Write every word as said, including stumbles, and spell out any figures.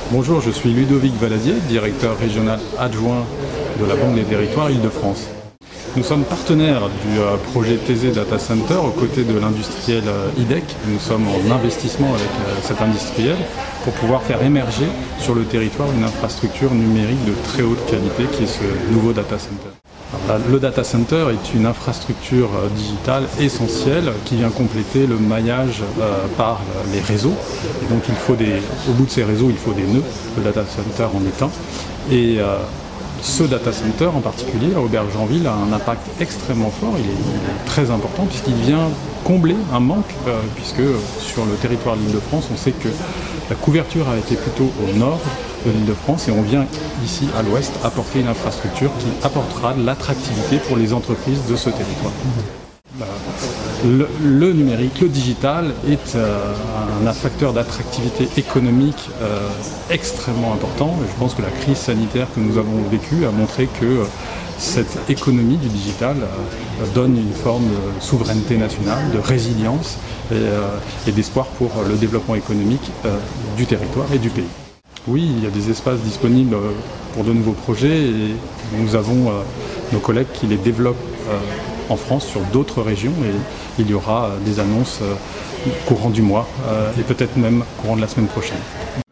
Bonjour, je suis Ludovic Valadier, directeur régional adjoint de la Banque des Territoires Île-de-France. Nous sommes partenaires du euh, projet Thésée Data Center aux côtés de l'industriel euh, I D E C. Nous sommes en investissement avec euh, cet industriel pour pouvoir faire émerger sur le territoire une infrastructure numérique de très haute qualité qui est ce nouveau data center. Alors, le data center est une infrastructure euh, digitale essentielle qui vient compléter le maillage euh, par les réseaux. Et donc il faut des, au bout de ces réseaux, il faut des nœuds, le data center en est un. Et, euh, Ce data center en particulier à Aubergenville a un impact extrêmement fort, il est, il est très important puisqu'il vient combler un manque, euh, puisque sur le territoire de l'Île-de-France, on sait que la couverture a été plutôt au nord de l'Île-de-France et on vient ici à l'ouest apporter une infrastructure qui apportera de l'attractivité pour les entreprises de ce territoire. Le, le numérique, le digital est euh, un, un facteur d'attractivité économique euh, extrêmement important. Je pense que la crise sanitaire que nous avons vécue a montré que euh, cette économie du digital euh, donne une forme de souveraineté nationale, de résilience et, euh, et d'espoir pour le développement économique euh, du territoire et du pays. Oui, il y a des espaces disponibles pour de nouveaux projets et nous avons euh, nos collègues qui les développent euh, en France sur d'autres régions et il y aura des annonces euh, courant du mois euh, et peut-être même courant de la semaine prochaine.